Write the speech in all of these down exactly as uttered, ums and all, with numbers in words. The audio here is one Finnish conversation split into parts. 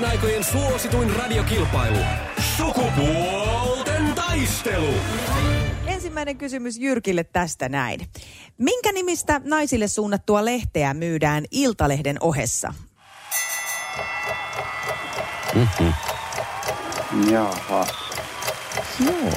Kaikkien aikojen suosituin radiokilpailu. Sukupuolten taistelu. Ensimmäinen kysymys Jyrkille tästä näin. Minkä nimistä naisille suunnattua lehteä myydään Iltalehden ohessa? Mm-hmm. Jahas. Joo.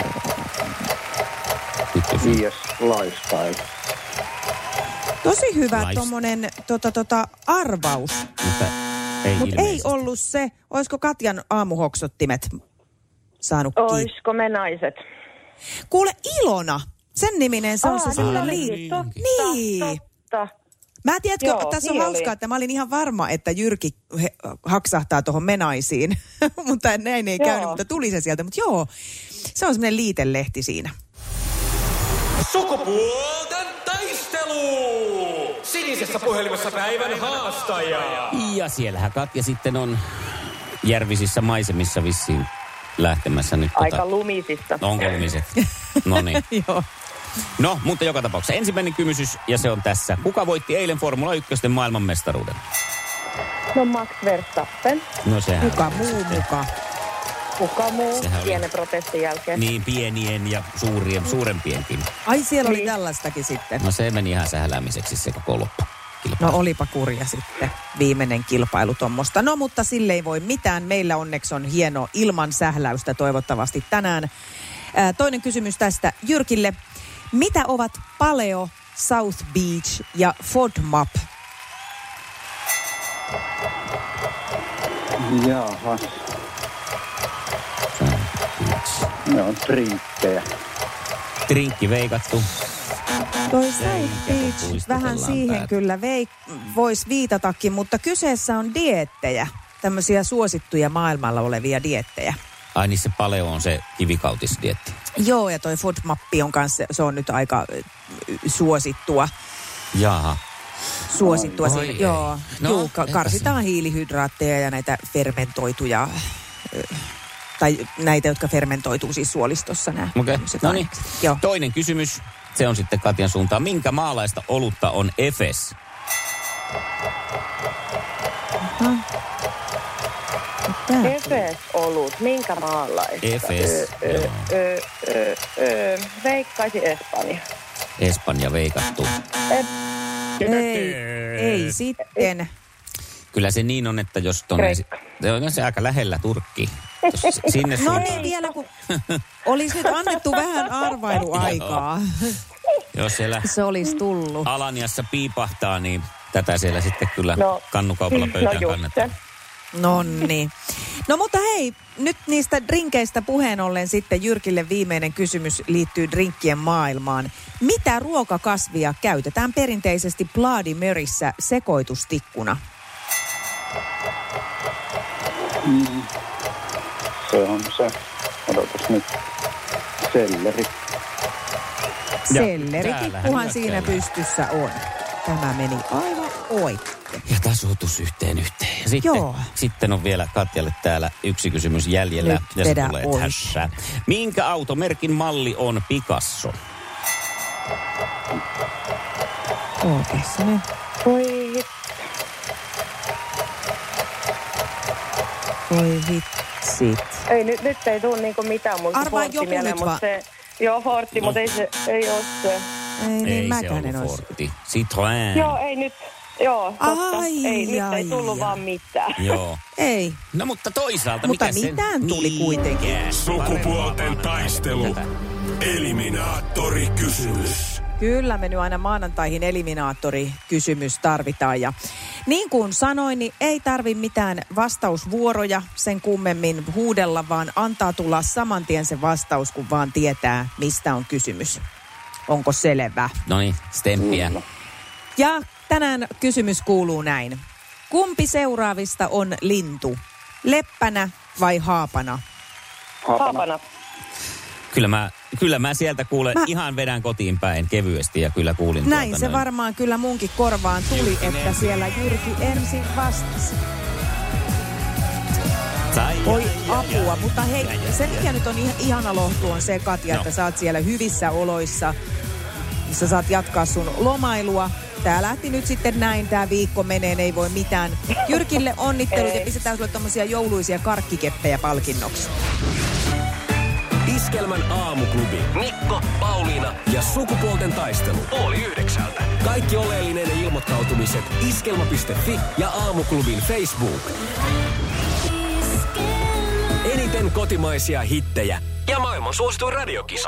Viies lifestyle. Tosi hyvä Nice. tommonen tota, tota, arvaus. Mutta ei Mutta ei ilmeisesti. ollut se. Olisiko Katjan aamuhoksottimet saanut kiinni? Oisko me naiset? Kuule, Ilona. Sen niminen se on se Aa, sellainen niin liin. olikin. Niin. Totta. Mä tiedätkö, Joo, tässä on niin hauskaa, oli. että mä olin ihan varma, että Jyrki he, haksahtaa tuohon menaisiin. mutta näin ei Joo. käynyt, mutta tuli se sieltä. Mutta joo, se on semmoinen liitelehti siinä. Sukupuolten taistelu. Sinisessä puhelimessa päivän haastaja. Ja siellähän Katja sitten on järvisissä maisemissa vissiin lähtemässä nyt. Aika tota, lumisista. onko lumiset? No niin. Joo. No, mutta joka tapauksessa ensimmäinen kysymys, ja se on tässä. Kuka voitti eilen Formula yksi maailmanmestaruuden? No Max Verstappen. No sehän Kuka oli muu sitten. muka? Kuka muu? Sehän oli- Pienen protestin jälkeen. Niin pienien ja suurien, suurempienkin. Ai siellä oli Niin. tällaistakin sitten. No se meni ihan sählämiseksi se koko loppu. No olipa kurja sitten. Viimeinen kilpailu tuommoista. No mutta sille ei voi mitään. Meillä onneksi on hieno ilman sähläystä toivottavasti tänään. Ää, toinen kysymys tästä Jyrkille. Mitä ovat Paleo, South Beach ja FODMAP? Jahas. Ne on trinkkejä. Trinkki veikattu. Toi Ei, South kato, Beach puistutellaan vähän siihen päät. kyllä veik- voisi viitatakin, mutta kyseessä on dieettejä. Tämmöisiä suosittuja maailmalla olevia diettejä. Ai niin se paleo on se kivikautisdietti. Joo, ja toi FODMAP on kanssa, se on nyt aika ö, suosittua. Jaha. Suosittua Oi, siinä. ei. Joo, No, Juu, ka- entäs- karsitaan hiilihydraatteja ja näitä fermentoituja, ö, tai näitä, jotka fermentoituu siis suolistossa nämä. Okei, tämmöiset no niin. ainekset. Joo. Toinen kysymys, se on sitten Katjan suuntaan. Minkä maalaista olutta on Efes? Tää. Efes-olut. Minkä maalaista? Efes, Ö, joo. ö, ö, ö, Veikkaisi Espanja. Espanja veikattu. Ei, ei sitten. Kyllä se niin on, että jos tonne... Kreikka. Se on se aika lähellä Turkki. Jos sinne No suuntaan. niin, vielä kun olisi nyt annettu vähän arvailuaikaa. Jos siellä Se olisi tullut. Alaniassa piipahtaa, niin tätä siellä sitten kyllä No, kannukaupalla pöytään no just kannetaan. se. Nonni. No mutta hei, nyt niistä drinkeistä puheen ollen sitten Jyrkille viimeinen kysymys liittyy drinkkien maailmaan. Mitä ruokakasvia käytetään perinteisesti Bloody Maryssä sekoitustikkuna? Se on se. Odotas nyt. Selleri. Ja Selleritikkuhan täällähän siinä nyökkäillään. pystyssä on. Tämä meni aivan oikein. Ja tasoitus yhteen yhteen. Ja sitten, Joo. sitten on vielä Katjalle täällä yksi kysymys jäljellä. Nyt ja se vedä tulee ohi. tässä. Minkä automerkin malli on Picasso? Ootas ne. Voi Voi vitsit. Ei, nyt, nyt ei tule niinku mitään muuta kuin Arvaa Fortti joku mieleen, nyt mutta vaan. se... Joo, Fortti, No. mutta ei se, ei ole se. Ei niin, ei se mäkään en ollut olisi. Forti. Citroën. Joo, ei nyt. Joo, totta. Ai, ei, nyt ai, ei tullut ai. vaan mitään. Joo. Ei. No mutta toisaalta, Mutta mikä mitään sen... tuli kuitenkin. Mikä? Sukupuolten taistelu. Eliminaattorikysymys. Kyllä me nyt aina maanantaihin eliminaattorikysymys tarvitaan. Ja niin kuin sanoin, niin ei tarvi mitään vastausvuoroja sen kummemmin huudella, vaan antaa tulla saman tien se vastaus, kun vaan tietää, mistä on kysymys. Onko selvä? No niin, stemppiä. Ja tänään kysymys kuuluu näin. Kumpi seuraavista on lintu? Leppänä vai haapana? Haapana. Kyllä mä, kyllä mä sieltä kuulen, Mä- ihan vedän kotiin päin kevyesti ja kyllä kuulin Näin tuolta se noin. varmaan kyllä munkin korvaan tuli, Jyrki että ensin. siellä Jyrki ensin vastasi. Sai, Oi ai, ai, apua, ai. mutta hei, se mikä nyt on ihan ihana lohtu on se, Katja, No. että sä oot siellä hyvissä oloissa, missä saat jatkaa sun lomailua. tää lähti nyt sitten näin, tää viikko menee, ei voi mitään. Jyrkille onnittelut ja pistetään sulle tommosia jouluisia karkkikeppejä palkinnoksi. Iskelmän aamuklubi. Mikko, Pauliina ja sukupuolten taistelu. Oli yhdeksältä. Kaikki oleellinen ilmoittautumiset iskelma piste fi ja aamuklubin Facebook. Eniten kotimaisia hittejä ja maailman suosituin radiokisa.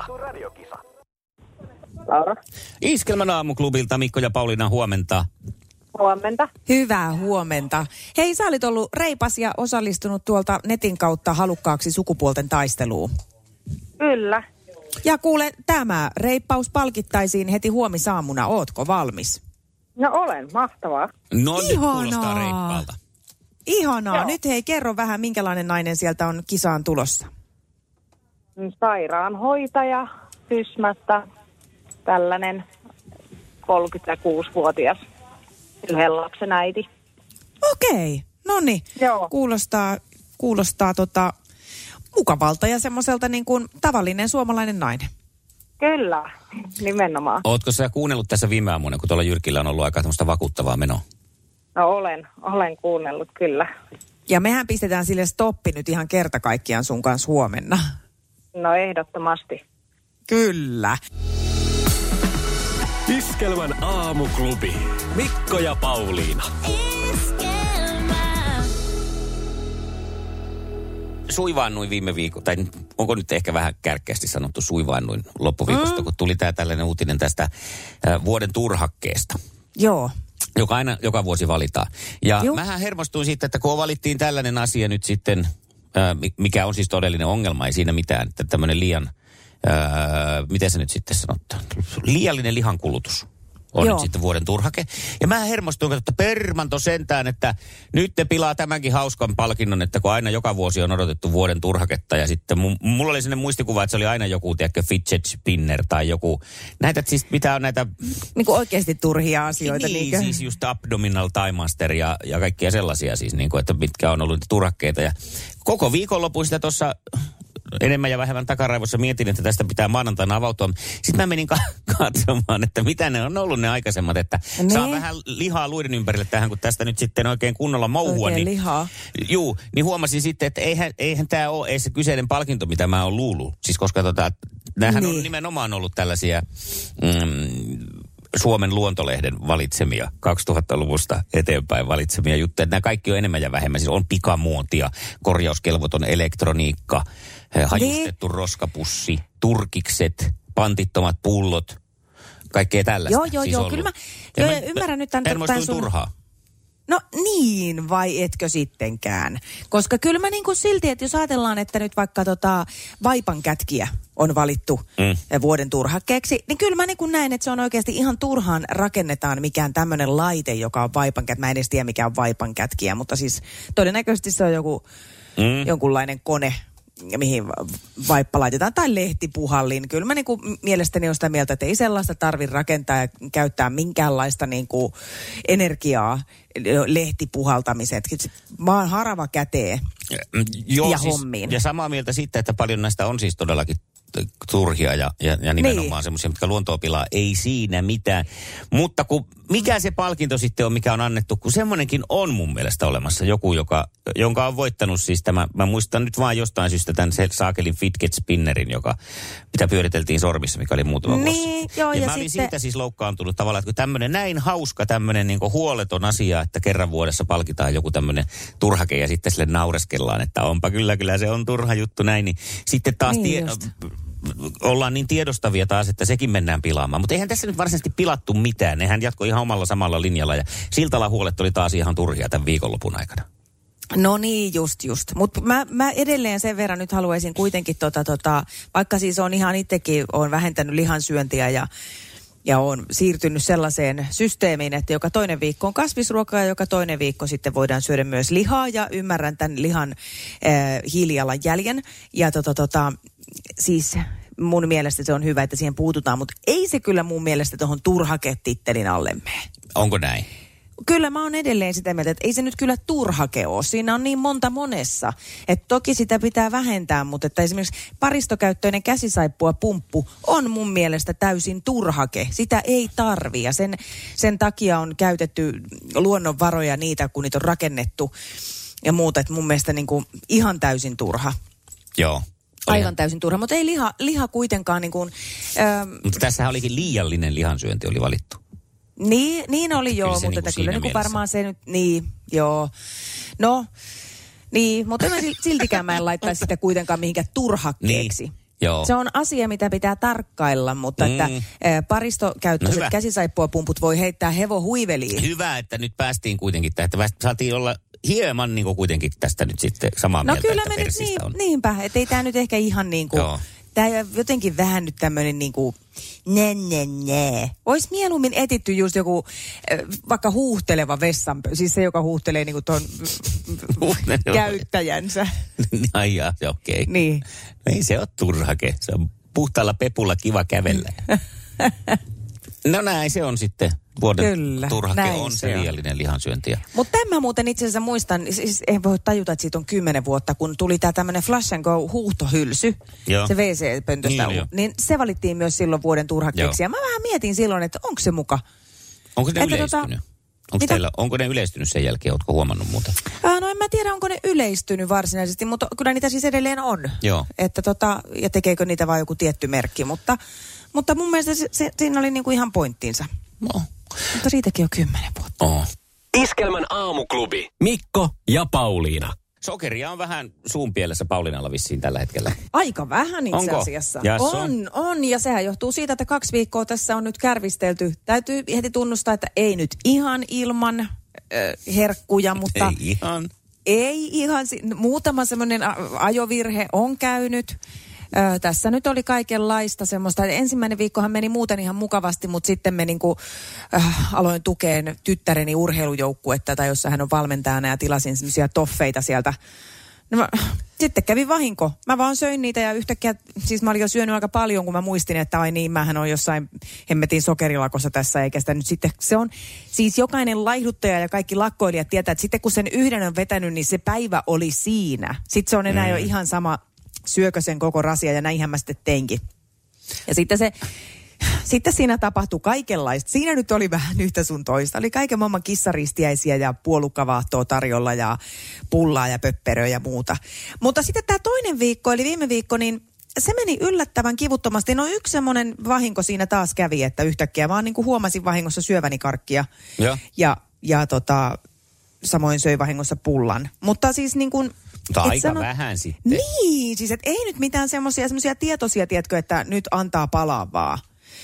Laura. Iskelmän aamuklubilta Mikko ja Pauliina, huomenta. Huomenta. Hyvää huomenta. Hei, sä olit ollut reipas ja osallistunut tuolta netin kautta halukkaaksi sukupuolten taisteluun. Kyllä. Ja kuule, tämä reippaus palkittaisiin heti huomisaamuna. Ootko valmis? No olen, mahtavaa. No nyt Ihanaa. kuulostaa reippaalta. Ihanaa. Joo. Nyt hei, kerro vähän, minkälainen nainen sieltä on kisaan tulossa. Sairaanhoitaja, Sysmästä, tällainen kolmekymmentäkuusivuotias yhden lapsen äiti. Okei, no niin. Joo. Kuulostaa, kuulostaa tota, mukavalta ja semmoiselta niin kuin tavallinen suomalainen nainen. Kyllä, nimenomaan. Ootko sä kuunnellut tässä viime aamuna, kun tuolla Jyrkillä on ollut aika tämmöistä vakuuttavaa menoa? No olen, olen kuunnellut kyllä. Ja mehän pistetään sille stoppi nyt ihan kerta kaikkiaan sun kanssa huomenna. No ehdottomasti. Kyllä. Iskelmän aamuklubi. Mikko ja Pauliina. Suivaannuin viime viikolla, tai onko nyt ehkä vähän kärkkäästi sanottu suivaannuin loppuviikosta, mm. kun tuli tää tällainen uutinen tästä äh, vuoden turhakkeesta. Joo. Joka aina, joka vuosi valitaan. Ja Juh. mähän hermostuin siitä, että kun valittiin tällainen asia nyt sitten, ää, mikä on siis todellinen ongelma, ei siinä mitään, että tämmöinen liian, ää, miten se nyt sitten sanotaan, liiallinen lihankulutus on Joo. nyt sitten vuoden turhake. Ja mä hermostuin, että permanto sentään, että nyt te pilaa tämänkin hauskan palkinnon, että kun aina joka vuosi on odotettu vuoden turhaketta ja sitten m- mulla oli sellainen muistikuva, että se oli aina joku, tiedätkö, fidget spinner tai joku, näitä siis mitä on näitä... Niin kuin oikeasti turhia asioita. Niin, niinkö? siis just abdominal thigh master ja, ja kaikkia sellaisia siis, niin kuin, että mitkä on ollut niitä turhakkeita. Ja koko viikonlopun sitä tuossa enemmän ja vähemmän takaraivossa mietin, että tästä pitää maanantaina avautua. Sitten mä menin ka- katsomaan, että mitä ne on ollut ne aikaisemmat, että ne. saa vähän lihaa luiden ympärille tähän, kun tästä nyt sitten oikein kunnolla mouhua. Oikein niin, lihaa. Juu, niin huomasin sitten, että eihän, eihän tämä ole edes se kyseinen palkinto, mitä mä oon luullut. Siis koska tota, näähän niin. on nimenomaan ollut tällaisia... Mm, Suomen luontolehden valitsemia, kaksituhattaluvusta eteenpäin valitsemia juttuja. Nämä kaikki on enemmän ja vähemmän. Siis on pikamuotia, korjauskelvoton elektroniikka, hajustettu roskapussi, turkikset, pantittomat pullot, kaikkea tällaista. Joo, joo, siis joo. ollut. Kyllä mä, Ja joo, mä, ja ymmärrän nyt tämän, hermostuin tämän sun... turhaa. No niin, vai etkö sittenkään? Koska kyllä mä niin kuin silti, että jos ajatellaan, että nyt vaikka tota vaipankätkiä on valittu mm. vuoden turhakkeeksi, niin kyllä mä niin kuin näen, että se on oikeasti ihan turhaan rakennetaan mikään tämmöinen laite, joka on vaipankätkiä. Mä en edes tiedä, mikä on vaipankätkiä, mutta siis todennäköisesti se on joku, mm. jonkunlainen kone, mihin vaippa laitetaan, tai lehtipuhallin. Kyllä mä niin kuin mielestäni on sitä mieltä, että ei sellaista tarvitse rakentaa ja käyttää minkäänlaista niin kuin energiaa lehtipuhaltamiset. Vaan harava käteen Joo, ja siis, hommiin. Ja samaa mieltä sitten, että paljon näistä on siis todellakin turhia ja, ja, ja nimenomaan niin. semmoisia, mitkä luontoa pilaa. Ei siinä mitään. Mutta kun, mikä se palkinto sitten on, mikä on annettu, kun semmoinenkin on mun mielestä olemassa. Joku, joka, jonka on voittanut siis tämä, mä muistan nyt vaan jostain syystä tämän saakelin fidget spinnerin, joka, mitä pyöriteltiin sormissa, mikä oli muutama niin, vuosi. joo, ja, ja mä olin sitten... siitä siis loukkaantunut tavallaan, että kun tämmöinen näin hauska, tämmöinen niin kuin huoleton asia, että kerran vuodessa palkitaan joku tämmöinen turhake ja sitten sille naureskellaan, että onpa kyllä, kyllä se on turha juttu näin, niin sitten taas... Niin tie- ollaan niin tiedostavia taas, että sekin mennään pilaamaan. Mutta eihän tässä nyt varsinaisesti pilattu mitään. Nehän jatkoi ihan omalla samalla linjalla ja Siltala-huolet oli taas ihan turhia tämän viikonlopun aikana. No niin, just just. Mutta mä, mä edelleen sen verran nyt haluaisin kuitenkin, tota, tota, vaikka siis on ihan itsekin, on vähentänyt lihansyöntiä ja Ja on siirtynyt sellaiseen systeemiin, että joka toinen viikko on kasvisruokaa ja joka toinen viikko sitten voidaan syödä myös lihaa. Ja ymmärrän tämän lihan äh, hiilijalanjäljen. Ja tota, tota, siis mun mielestä se on hyvä, että siihen puututaan. Mutta ei se kyllä mun mielestä tuohon turhaketittelin alle mene. Onko näin? Kyllä mä oon edelleen sitä mieltä, että ei se nyt kyllä turhake ole. Siinä on niin monta monessa. Että toki sitä pitää vähentää, mutta että esimerkiksi paristokäyttöinen käsisaippua pumppu on mun mielestä täysin turhake. Sitä ei tarvi ja sen, sen takia on käytetty luonnonvaroja niitä, kun niitä on rakennettu ja muuta. Että mun mielestä niin kuin ihan täysin turha. Joo. Aivan täysin turha, mutta ei liha, liha kuitenkaan niin kuin... Ähm, mutta tässähän olikin liiallinen lihansyönti oli valittu. Niin, niin oli kyllä joo, se mutta niinku kyllä niin kuin varmaan se nyt, niin, joo. No, niin, mutta mä siltikään mä en laittaisi sitä kuitenkaan mihinkään turhakkeeksi. Niin, joo. Se on asia, mitä pitää tarkkailla, mutta mm. että paristokäyttöiset no käsisaippuapumput voi heittää hevohuiveliin. Hyvä, että nyt päästiin kuitenkin tähän, että saatiin olla hieman niin kuin kuitenkin tästä nyt sitten samaa no mieltä, kyllä että me nyt niin, on. niinpä, että ei tämä nyt ehkä ihan niin kuin... Joo. Tämä jotenkin vähän nyt tämmöinen niin kuin, nä, nä, nä. Olisi mieluummin etitty just joku vaikka huuhteleva vessanpö, siis se, joka huuhtelee niin kuin ton käyttäjänsä. Ai jaa, okei. Okay. Niin. No ei se ole turhake, se on puhtaalla pepulla kiva kävellä. No näin se on sitten. Vuoden Kyllä, turhake on se, se liiallinen lihansyönti. Mutta mä muuten itse asiassa muistan, siis en voi tajuta, että siitä on kymmenen vuotta, kun tuli tämä tämmöinen Flash and Go huuhtohylsy, Joo. se wc-pöntöstä, niin, niin se valittiin myös silloin vuoden turhakeeksi. Ja mä vähän mietin silloin, että onko se muka. Onko ne että yleistynyt? Tota, onko, teillä, onko ne yleistynyt sen jälkeen, ootko huomannut muuta? Äh, no en mä tiedä, onko ne yleistynyt varsinaisesti, mutta kyllä niitä siis edelleen on. Joo. Että tota, ja tekeekö niitä vaan joku tietty merkki, mutta, mutta mun mielestä se, se, siinä oli niinku ihan pointtinsa. No. Mutta siitäkin on kymmenen vuotta. Oh. Iskelmän aamuklubi. Mikko ja Pauliina. Sokeria on vähän suun pielessä Pauliinalla vissiin tällä hetkellä. Aika vähän itse Onko? asiassa. Yes, on, on, on. Ja sehän johtuu siitä, että kaksi viikkoa tässä on nyt kärvistelty. Täytyy heti tunnustaa, että ei nyt ihan ilman äh, herkkuja, mutta... Ei ihan. Ei ihan. Muutama semmoinen ajovirhe on käynyt. Ö, tässä nyt oli kaikenlaista semmoista. Ensimmäinen viikkohan meni muuten ihan mukavasti, mutta sitten me niinku, äh, aloin tukeen tyttäreni urheilujoukkuetta, tai jossa hän on valmentajana ja tilasin semmoisia toffeita sieltä. No, mä, sitten kävi vahinko. Mä vaan söin niitä ja yhtäkkiä, siis mä olin jo syönyt aika paljon, kun mä muistin, että ai niin, mähän on jossain hemmetin sokerilakossa tässä, eikä sitä nyt sitten, se on, siis jokainen laihduttaja ja kaikki lakkoilijat tietää, että sitten kun sen yhden on vetänyt, niin se päivä oli siinä. Sitten se on enää mm. jo ihan sama, syökö sen koko rasia, ja näinhän mä sitten teinkin. Ja sitten se, sitten siinä tapahtui kaikenlaista. Siinä nyt oli vähän yhtä sun toista. Oli kaiken maailman kissaristiäisiä ja puolukkavaahtoa tarjolla ja pullaa ja pöpperöä ja muuta. Mutta sitten tämä toinen viikko, eli viime viikko, niin se meni yllättävän kivuttomasti. No yksi semmoinen vahinko siinä taas kävi, että yhtäkkiä vaan niin kuin huomasin vahingossa syöväni karkkia. Ja, ja, ja tota, samoin söi vahingossa pullan. Mutta siis niin kuin... Mutta aika sano, vähän sitten. Niin, siis että ei nyt mitään semmoisia semmoisia tietoisia, tiedätkö, että nyt antaa palaa vaan.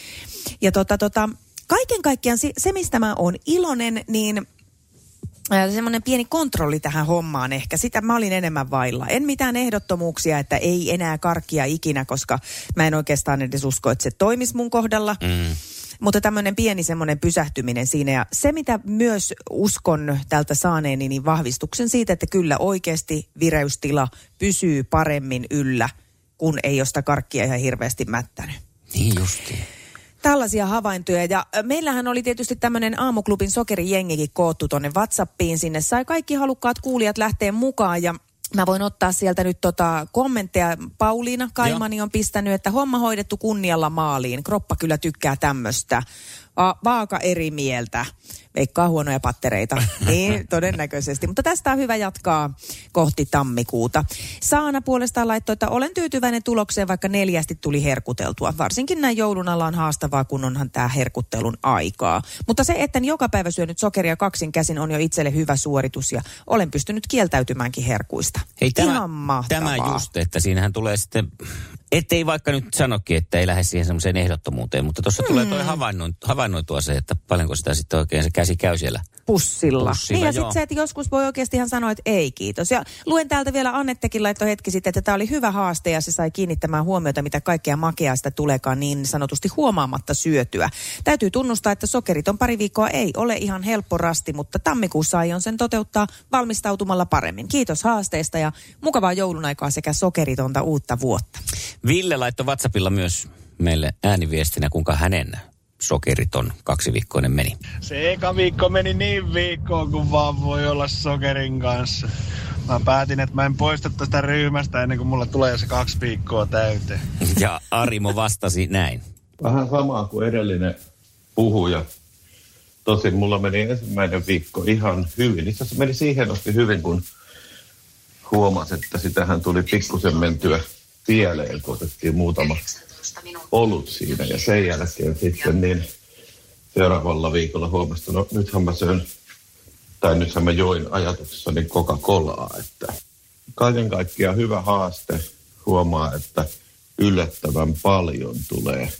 Ja tota, tota, kaiken kaikkiaan se, se, mistä mä oon iloinen, niin äh, semmoinen pieni kontrolli tähän hommaan ehkä. Sitä mä olin enemmän vailla. En mitään ehdottomuuksia, että ei enää karkkia ikinä, koska mä en oikeastaan edes usko, että se toimisi mun kohdalla. Mm. Mutta tämmöinen pieni semmoinen pysähtyminen siinä. Ja se, mitä myös uskon tältä saaneeni, niin vahvistuksen siitä, että kyllä oikeasti vireystila pysyy paremmin yllä, kun ei ole sitä karkkia ihan hirveästi mättänyt. Niin justiin. Tällaisia havaintoja. Ja meillähän oli tietysti tämmöinen aamuklubin sokerijengikin koottu tonne WhatsAppiin. Sinne sai kaikki halukkaat kuulijat lähteä mukaan ja mä voin ottaa sieltä nyt tota kommentteja. Pauliina Kaimani on pistänyt, että homma hoidettu kunnialla maaliin. Kroppa kyllä tykkää tämmöistä. Va- vaaka eri mieltä. Veikkaa huonoja pattereita. Niin, todennäköisesti. Mutta tästä on hyvä jatkaa kohti tammikuuta. Saana puolestaan laittoi, että olen tyytyväinen tulokseen, vaikka neljästi tuli herkuteltua. Varsinkin näin joulun alla on haastavaa, kun onhan tämä herkuttelun aikaa. Mutta se, että joka päivä syönyt sokeria kaksin käsin, on jo itselle hyvä suoritus ja olen pystynyt kieltäytymäänkin herkuista. Hei, tämä, ihan mahtavaa. Tämä just, että siinähän tulee sitten, ettei vaikka nyt sanokin, että ei lähde siihen semmoiseen ehdottomuuteen, mutta tuossa mm. tulee toi havainnoitua se, että paljonko sitä sitten oikein se käsi käy siellä pussilla. pussilla niin ja sitten se, että joskus voi oikeasti ihan sanoa, että ei kiitos. Ja luen täältä vielä, Annettekin laittoi hetki sitten, että tämä oli hyvä haaste ja se sai kiinnittämään huomiota, mitä kaikkea makeaa sitä tuleekaan niin sanotusti huomaamatta syötyä. Täytyy tunnustaa, että sokeriton pari viikkoa ei ole ihan helppo rasti, mutta tammikuussa aion sen toteuttaa valmistautumalla paremmin. Kiitos haasteesta ja mukavaa joulunaikaa sekä sokeritonta uutta vuotta. Ville laittoi WhatsAppilla myös meille ääniviestinä, kuinka hänen sokeriton kaksiviikkoinen meni? Se eka viikko meni niin viikkoon, kun vaan voi olla sokerin kanssa. Mä päätin, että mä en poista tästä ryhmästä ennen kuin mulla tulee se kaksi viikkoa täyteen. Ja Arimo vastasi näin. Vähän samaa kuin edellinen puhuja. Tosin mulla meni ensimmäinen viikko ihan hyvin. Itse asiassa meni siihen asti hyvin, kun huomasi, että sitähän tuli pikkusen mentyä pieleen, kun otettiin muutama olut siinä. Ja sen jälkeen sitten niin seuraavalla viikolla huomasin, että no nythän mä söin, tai nythän mä join ajatuksessani Coca-Colaa. Että kaiken kaikkiaan hyvä haaste. Huomaa, että yllättävän paljon tulee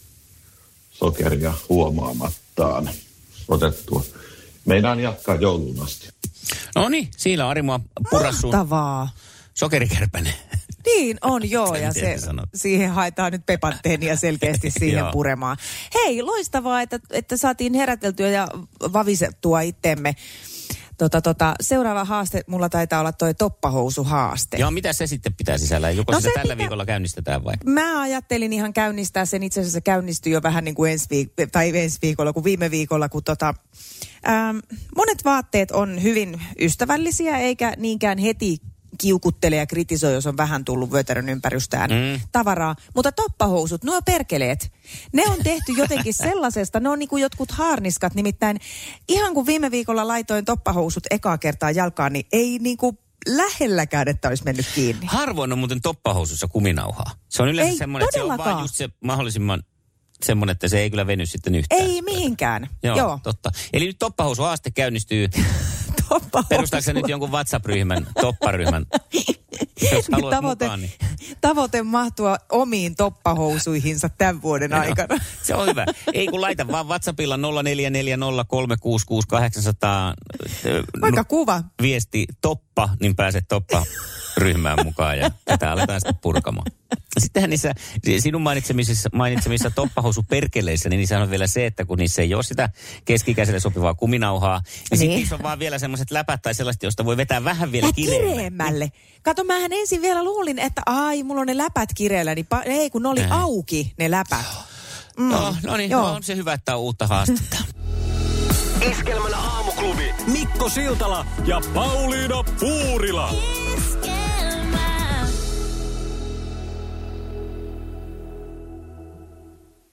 sokeria huomaamattaan otettua. Meidän jatkaa jouluun asti. No niin, siinä Arimo purassuun. Mahtavaa. Sokerikärpänen. Niin on, joo, ja se, siihen haetaan nyt pepatteenia selkeästi siihen puremaan. Hei, loistavaa, että, että saatiin heräteltyä ja vavisettua itsemme. Tota, tota, seuraava haaste, mulla taitaa olla toi toppahousuhaaste. Joo, mitä se sitten pitää sisällä? Joko no sitä tällä pitää... viikolla käynnistetään vai? Mä ajattelin ihan käynnistää sen, itse asiassa käynnistyi jo vähän niin kuin ensi, viik- tai ensi viikolla, kuin viime viikolla, kun tota, ähm, monet vaatteet on hyvin ystävällisiä, eikä niinkään heti kiukuttele ja kritisoi, jos on vähän tullut vyötärön ympärystään mm. tavaraa. Mutta toppahousut, nuo perkeleet, ne on tehty jotenkin sellaisesta, ne on niin kuin jotkut haarniskat. Nimittäin ihan kun viime viikolla laitoin toppahousut ekaa kertaa jalkaan, niin ei niin kuin lähelläkään, että olisi mennyt kiinni. Harvoin on muuten toppahousussa kuminauhaa. Se on yleensä ei semmoinen, että se on vaan just se mahdollisimman semmoinen, että se ei kyllä veny sitten yhtään. Ei mihinkään. Joo, Joo. totta. Eli nyt toppahousuhaaste käynnistyy. Perustaako se nyt jonkun WhatsApp-ryhmän, topparyhmän? Jos haluat tavoite, mukaan, niin... tavoite mahtua omiin toppahousuihinsa tämän vuoden no, aikana. Se on hyvä. Ei kun laita vaan WhatsAppilla nolla neljä neljä nolla kolme kuusi kuusi kahdeksan nolla nolla. Vaikka kuva. Viesti toppa, niin pääset toppa-ryhmään mukaan ja tätä aletaan sitten purkamaan. Sittenhän niissä sinun mainitsemissa, mainitsemissa toppahousuperkeleissä, niin niissä on vielä se, että kun niissä ei ole sitä keski-ikäiselle sopivaa kuminauhaa, niin, niin. sitten niissä on vaan vielä semmoiset läpät tai sellaista, josta voi vetää vähän vielä kireemmälle. kireemmälle. Kato, mähän ensin vielä luulin, että ai, mulla on ne läpät kireellä, niin pa- ei kun ne oli äh. auki ne läpät. Mm. No, no niin, no, on se hyvä, että on uutta haastetta. Iskelmän aamuklubi Mikko Siltala ja Pauliina Puurila.